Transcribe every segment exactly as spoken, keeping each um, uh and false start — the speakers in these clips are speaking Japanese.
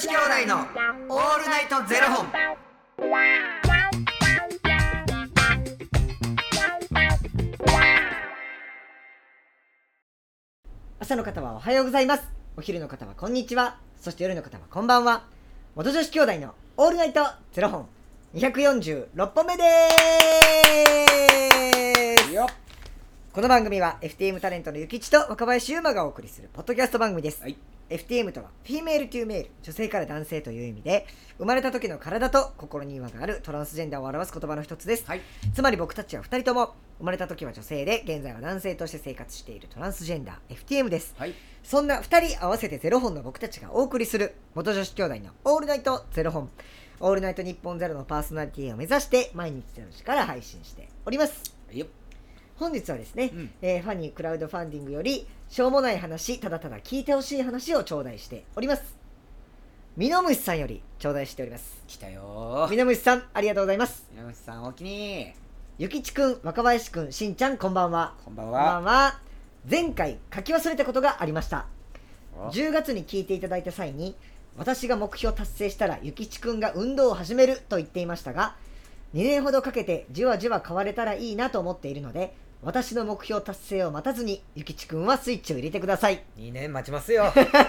子兄弟のオールナイトゼロ本。 朝の方はおはようございます。お昼の方はこんにちは。そして夜の方はこんばんは。元女子兄弟のオールナイトゼロ本にひゃくよんじゅうろっぽんめでーすよ。この番組は エフティーエム タレントのゆきちと若林優馬がお送りするポッドキャスト番組です、はい、エフティーエム とはフィメールトゥーメール、女性から男性という意味で、生まれた時の体と心に違和があるトランスジェンダーを表す言葉の一つです、はい、つまり僕たちはふたりとも生まれた時は女性で現在は男性として生活しているトランスジェンダー エフティーエム です、はい、そんなふたり合わせてゼロ本の僕たちがお送りする元女子兄弟のオールナイトゼロ本、オールナイト日本ゼロのパーソナリティを目指して毎日ゼロ時から配信しております。はいよ。本日はですね、うんえー、ファニークラウドファンディングよりしょうもない話、ただただ聞いてほしい話を頂戴しております。ミノムシさんより頂戴しております。 来たよー。 ミノムシさんありがとうございます。 ミノムシさんおおきに。 ゆきちくん、若林くん、しんちゃんこんばんは。 こんばんは。 こんばんは。前回書き忘れたことがありました。じゅうがつに聞いていただいた際に、私が目標達成したらゆきちくんが運動を始めると言っていましたが、にねんほどかけてじわじわ変われたらいいなと思っているので、私の目標達成を待たずにゆきちくんはスイッチを入れてください。 にねん待ちますよ。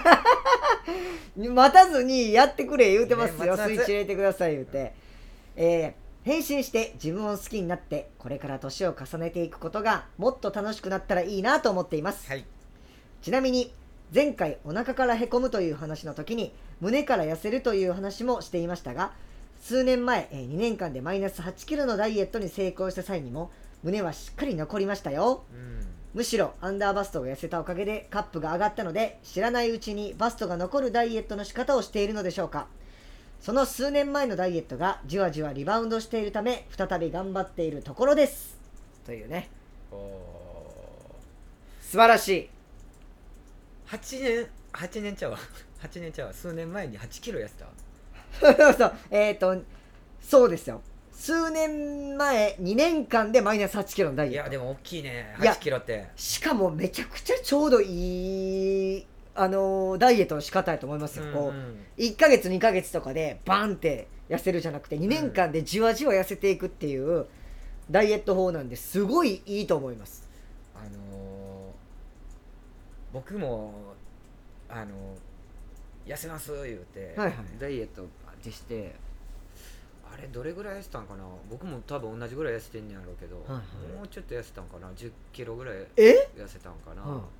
待たずにやってくれ言うてますよ。スイッチ入れてください言うて、えー、変身して自分を好きになってこれから年を重ねていくことがもっと楽しくなったらいいなと思っています、はい、ちなみに前回お腹からへこむという話の時に胸から痩せるという話もしていましたが、数年前、えー、にねんかんでマイナスはちキロのダイエットに成功した際にも胸はしっかり残りましたよ、うん、むしろアンダーバストが痩せたおかげでカップが上がったので、知らないうちにバストが残るダイエットの仕方をしているのでしょうか。その数年前のダイエットがじわじわリバウンドしているため再び頑張っているところですというね。お素晴らしい。 はちねんはちねんちゃうわはちねんちゃうわ数年前にはちキロ痩せた。 そうそうえっ、ー、とそうですよ。数年前にねんかんでマイナスはちキロのダイエット。 いやでも大きいねはちキロって。 しかもめちゃくちゃちょうどいいあのー、ダイエットの仕方やと思いますよ、うんうん、こういっかげつにかげつとかでバンって痩せるじゃなくてにねんかんでじわじわ痩せていくっていうダイエット法なんですごいいいと思います。 あのー、僕もあのー、痩せます言うて、はいはい、ダイエットってしてあれどれぐらい痩せたんかな。僕も多分同じぐらい痩せてんねやろうけど、はいはい、もうちょっと痩せたんかな。じゅっキロぐらい痩せたんかな。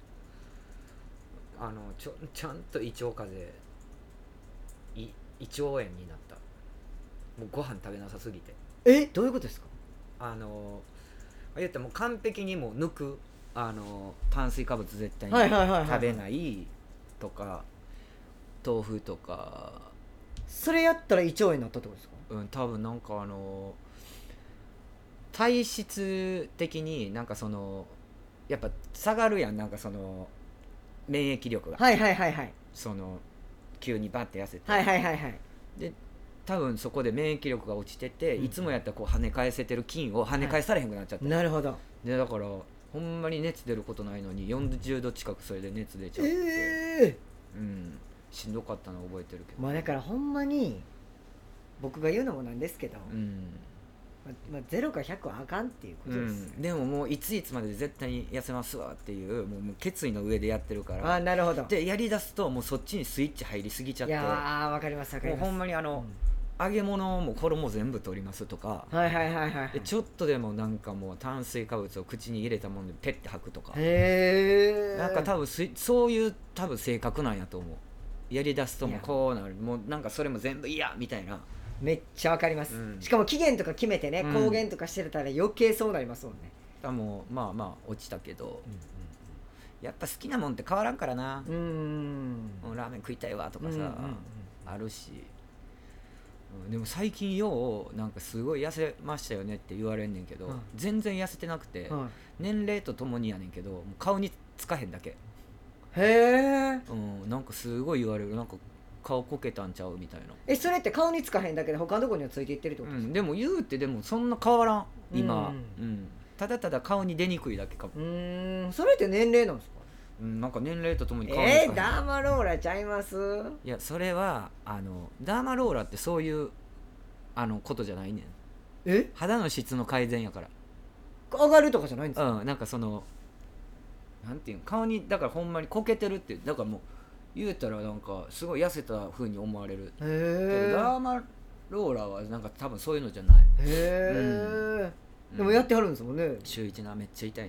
あの ち, ょちゃんと胃腸風邪胃腸炎になった。もうご飯食べなさすぎて。 えどういうことですか。 あの言ったらもう完璧にもう抜くあの炭水化物絶対に食べないとか豆腐とか。 それやったら胃腸炎になったってことですか。 うん多分なんかあの体質的になんかそのやっぱ下がるやん。なんかその免疫力がはいはいはいはいその急にバッて痩せてはいはいはいはいで多分そこで免疫力が落ちてて、うん、いつもやったらこう跳ね返せてる菌を跳ね返されへんくなっちゃって、はい、 なるほど。 でだからほんまに熱出ることないのによんじゅうど近くそれで熱出ちゃって、 えー、うんしんどかったの覚えてるけど。 まあだからほんまに僕が言うのもなんですけど、うんままあ、ゼロかひゃくはあかんっていうことです、うん、 でももういついつまでで絶対に痩せますわっていうもうもう決意の上でやってるから。 あなるほど。 でやりだすともうそっちにスイッチ入りすぎちゃって。いやーわかりますわかります。 もうほんまにあの、うん、揚げ物も衣全部取りますとか、 はいはいはいはい、はい、 でちょっとでもなんかもう炭水化物を口に入れたものでペッて吐くとか。 へーなんか多分そういう多分性格なんやと思う。やりだすともうこうなる。もうなんかそれも全部嫌みたいな。 めっちゃわかります、うん、しかも期限とか決めてね、うん、公言とかしてたら余計そうなりますもんね。 だもうまあまあ落ちたけど、うんうん、やっぱ好きなもんって変わらんからな。うんもうラーメン食いたいわとかさ、うんうんうん、あるし、うん、でも最近ようなんかすごい痩せましたよねって言われんねんけど、うん、全然痩せてなくて、うん、年齢とともにやねんけどもう顔につかへんだけ。へえ、 うん、なんかすごい言われる。なんか顔こけたんちゃうみたいな。 えそれって顔につかへんだけで他のところにはついていってるってことですか、 うん、でも言うてでもそんな変わらん今、うんうん、ただただ顔に出にくいだけかも。 うーんそれって年齢なんですか。 うん、なんか年齢とともに変わるんですかね。 えー、ダーマローラちゃいます？ いやそれはあのダーマローラってそういうあのことじゃないねん。 え肌の質の改善やから。 上がるとかじゃないんですか？ うん、なんかそのなんていうの、顔にだからほんまにこけてるって、だからもう言うたらなんかすごい痩せた風に思われる。 へえ。 ダーマローラーはなんか多分そういうのじゃない。へえ、うん、でもやってはるんですもんね。 週一な、めっちゃ痛いね。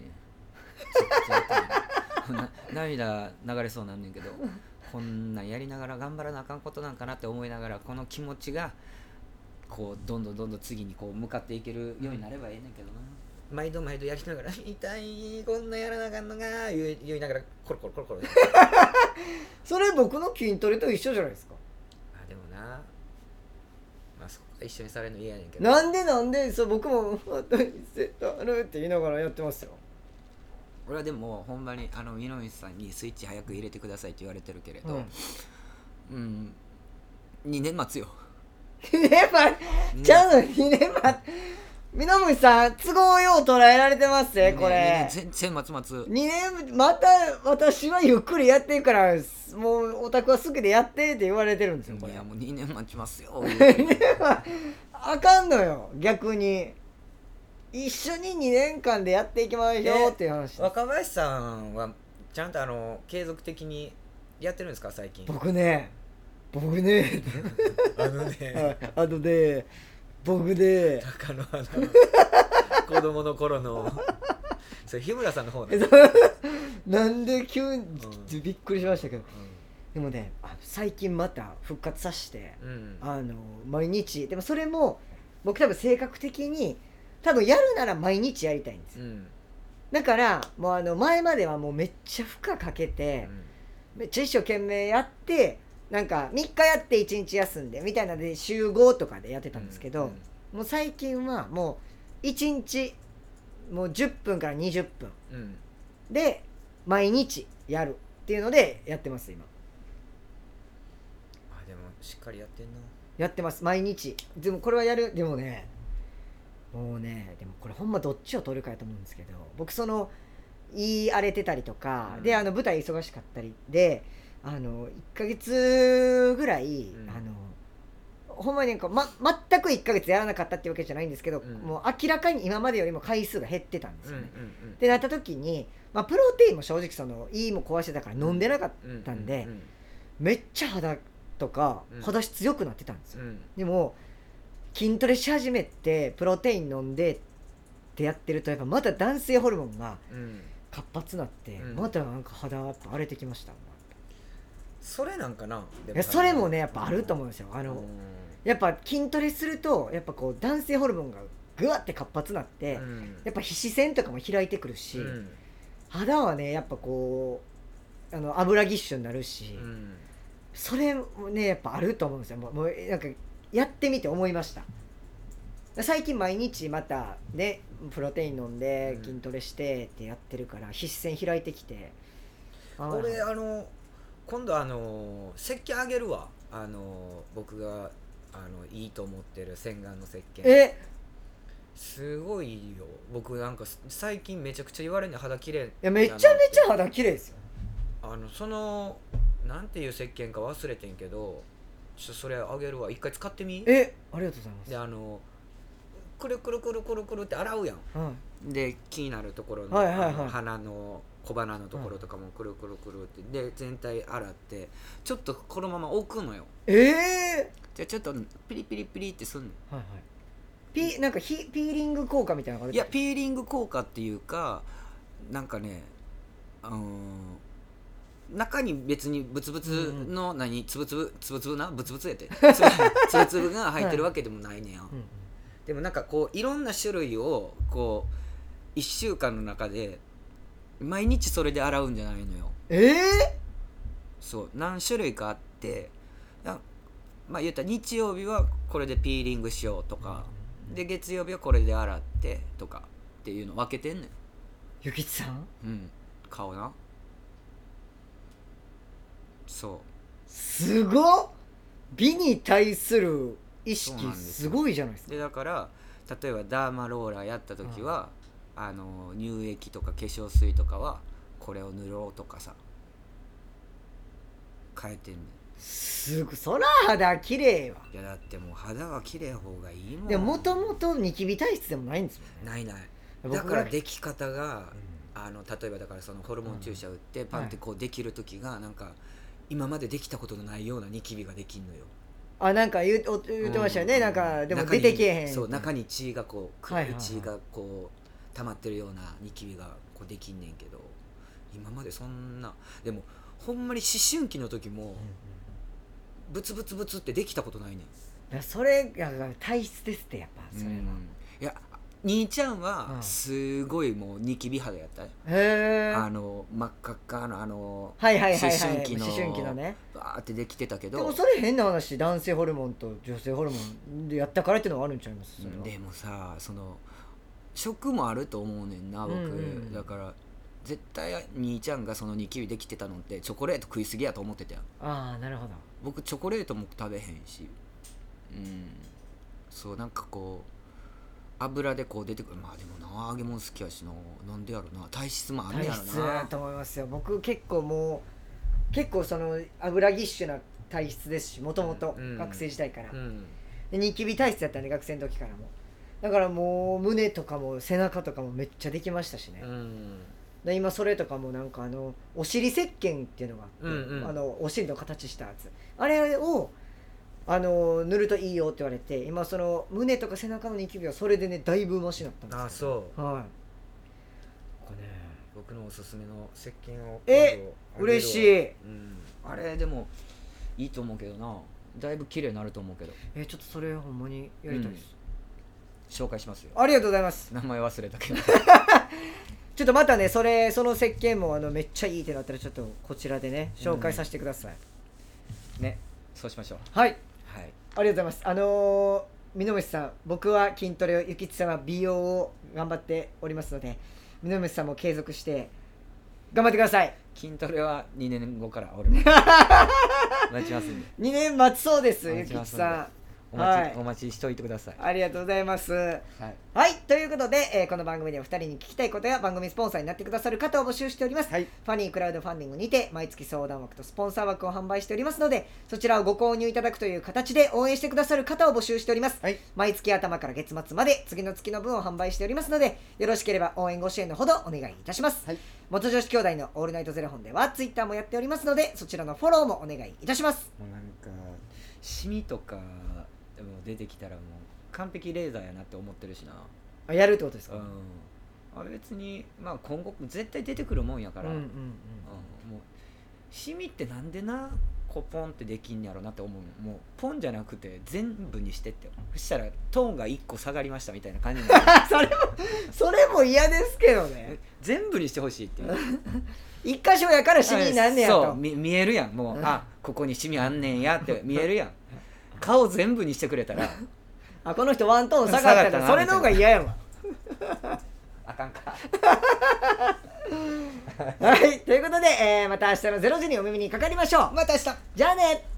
な涙流れそうなんねんけど、こんなんやりながら頑張らなあかんことなんかなって思いながら、この気持ちがこうどんどんどんどん次にこう向かっていけるようになればいいねんけどな。毎度毎度やりながら痛い、こんなやらなあかんのが言い, 言いながらコロコロコロコロそれ僕の筋トレと一緒じゃないですか。 あでもな、まあそこ一緒にされるの嫌やねんけど、 なんでなんでそう僕も「あといちセットある」って言いながらやってますよ。 俺はでもほんまにあの井上さんにスイッチ早く入れてくださいって言われてるけれど、うん、うん、にねん待つよ。 にねん待つ、ちゃうのにねん待つ。南さん都合よう捉えられてますね、これ。 全然待つ待つ。 にねんまた私はゆっくりやってるからもうオタクは好きでやってって言われてるんですよ。これいやもうにねん待ちますよ。 あかんのよ、逆に一緒ににねんかんでやっていきましょうっていう話。 若林さんはちゃんとあの継続的にやってるんですか最近？ 僕ね僕ねあのねあのね僕で高野花の子供の頃のそれ日村さんの方ね。 なんで急に、うん、びっくりしましたけど、うん、でもね最近また復活させて、うん、あの毎日でもそれも僕多分性格的に多分やるなら毎日やりたいんですよ、うん、だからもうあの前まではもうめっちゃ負荷かけて、うん、めっちゃ一生懸命やってなんかみっかやっていちにち休んでみたいなので週ごとかでやってたんですけど、うんうん、もう最近はもういちにちもうじゅっぷんからにじゅっぷん、うん、で毎日やるっていうのでやってます今。 あでもしっかりやってんな。 やってます毎日。でもこれはやる。でもねもうねでもこれほんまどっちを取るかやと思うんですけど、僕その言い荒れてたりとか、うん、であの舞台忙しかったりであのいっかげつぐらい、うん、あのほんまになんか、ま、全くいっかげつやらなかったっていうわけじゃないんですけど、うん、もう明らかに今までよりも回数が減ってたんですよね、うんうんうん、ってなった時に、まあ、プロテインも正直その胃も壊してたから飲んでなかったんで、うんうんうん、めっちゃ肌とか肌質強くなってたんですよ、うん、でも筋トレし始めてプロテイン飲んでってやってるとやっぱまた男性ホルモンが活発になって、うん、またなんか肌やっぱ荒れてきました。 それなんかな。 でもいやそれもねやっぱあると思うんですよ。あのやっぱ筋トレするとやっぱこう男性ホルモンがグワッて活発になって、うん、やっぱ皮脂腺とかも開いてくるし、うん、肌はねやっぱこうあの油ぎっしゅになるし、うん、それもねやっぱあると思うんですよ。もう、もうなんかやってみて思いました。最近毎日またねプロテイン飲んで筋トレしてってやってるから皮脂腺開いてきて、 俺あの今度あの石鹸あげるわ。あの僕があのいいと思ってる洗顔の石鹸。 えすごいよ。僕なんか最近めちゃくちゃ言われるね、肌綺麗。いやめちゃめちゃ肌綺麗ですよ。 あのそのなんていう石鹸か忘れてんけど、ちょそれあげるわ。一回使ってみ。 えありがとうございます。 であのくるくるくるくるくるって洗うやん、はい、で気になるところの、 はいはいはい、 の鼻の小鼻のところとかもくるくるくるってで全体洗ってちょっとこのまま置くのよ。 ええー、 じゃあちょっとピリピリピリってすんの、 はいはい、ピなんかヒピーリング効果みたいなのがいやピーリング効果っていうかなんかねあのー、中に別にブツブツの何つぶつぶつぶつぶなブツブツやってつぶつぶが入ってるわけでもないねん、はい、うん、でもなんかこういろんな種類をこういっしゅうかんの中で毎日それで洗うんじゃないのよ。 えー、 そう何種類かあってまあ言ったら日曜日はこれでピーリングしようとか、うん、で月曜日はこれで洗ってとかっていうの分けてんのよ。 ゆきちさん、 うん顔な。 そうすごっ。美に対する意識すごいじゃないですか。 でだから例えばダーマローラーやった時は、うん、あの乳液とか化粧水とかはこれを塗ろうとかさ変えてんねん。 すごい、そら肌綺麗わ。 いやだってもう肌は綺麗方がいいもん。 でももともとニキビ体質でもないんですもんね。 ないない。だからでき方が、うん、あの例えばだからそのホルモン注射打ってパンってこうできる時がなんか今までできたことのないようなニキビができんのよ。 あ、なんか言う、言ってましたよね、うん、なんかでも出てけえへん。 そう中に血がこう黒い血がこう溜まってるようなニキビがこうできんねんけど、今までそんなでもほんまに思春期の時も、うんブツブツブツってできたことないねん。 いやそれが体質ですってやっぱそれは、うん、 いや兄ちゃんはすごいもうニキビ肌やったよ。 へあの真っ赤っかのあの思春期の思春期のねバーってできてたけど、 でもそれ変な話、男性ホルモンと女性ホルモンでやったからっていうのがあるんちゃいます？それはでもさその食もあると思うねんな僕、うんうん、だから絶対兄ちゃんがそのニキビできてたのってチョコレート食いすぎやと思ってたよ。 ああなるほど。 僕チョコレートも食べへんし、うんそうなんかこう油でこう出てくる、まあでもな揚げ物好きやしな、なんでやろな、体質もあるんやろな。 体質だと思いますよ。僕結構もう結構その油ぎっしゅな体質ですし、もともと学生時代から、うん、でニキビ体質だったんで学生の時からも、だからもう胸とかも背中とかもめっちゃできましたしね、うん、で今それとかもなんかあのお尻石鹸っていうのがあって、うんうん、あのお尻の形したやつ、あれをあの塗るといいよって言われて、今その胸とか背中のニキビはそれでねだいぶマシになったんですよ。 あ、そう、 はい、 これね僕のおすすめの石鹸をえ嬉しい、 うん、あれでもいいと思うけどな、だいぶ綺麗になると思うけど、 えちょっとそれほんまにやりたいです、 うん、紹介しますよ。 ありがとうございます。 名前忘れたけどちょっとまたねそれその石鹸もあのめっちゃいいってなったらちょっとこちらでね紹介させてください、 うん、ね、そうしましょう。 はい、 はい、 ありがとうございます。あのー、美濃虫さん、僕は筋トレを、ゆきちさんは美容を頑張っておりますので、美濃虫さんも継続して頑張ってください。 筋トレはにねんごから俺も待ちますんで。 にねん待ちそうです、ゆきちさん。 お待ち、はい、お待ちしといてください。 ありがとうございます。はい、はい、ということで、えー、この番組ではふたりに聞きたいことや番組スポンサーになってくださる方を募集しております、はい、ファニークラウドファンディングにて毎月相談枠とスポンサー枠を販売しておりますので、そちらをご購入いただくという形で応援してくださる方を募集しております、はい、毎月頭から月末まで次の月の分を販売しておりますので、よろしければ応援ご支援のほどお願いいたします、はい、元女子兄弟のオールナイトゼロ本ではツイッターもやっておりますので、そちらのフォローもお願いいたします。 もうなんかシミとかでも出てきたらもう完璧レーザーやなって思ってるしな。 あ、やるってことですか？うん、 あ別にまあ今後絶対出てくるもんやから、うんうんうんうん、もうシミってなんでなこうポンってできんやろなって思う。もうポンじゃなくて全部にしてって、そしたらトーンがいっこ下がりましたみたいな感じになるそれもそれも嫌ですけどね全部にしてほしいっていう一箇所やからシミになんねやと。 そう 見, 見えるやんもう、うん、あここにシミあんねんやって見えるやん顔全部にしてくれたらあこの人ワントーン下がったらそれの方が嫌やわあかんかはい、ということで、えー、また明日のゼロ時にお耳にかかりましょう。 また明日。 じゃあね。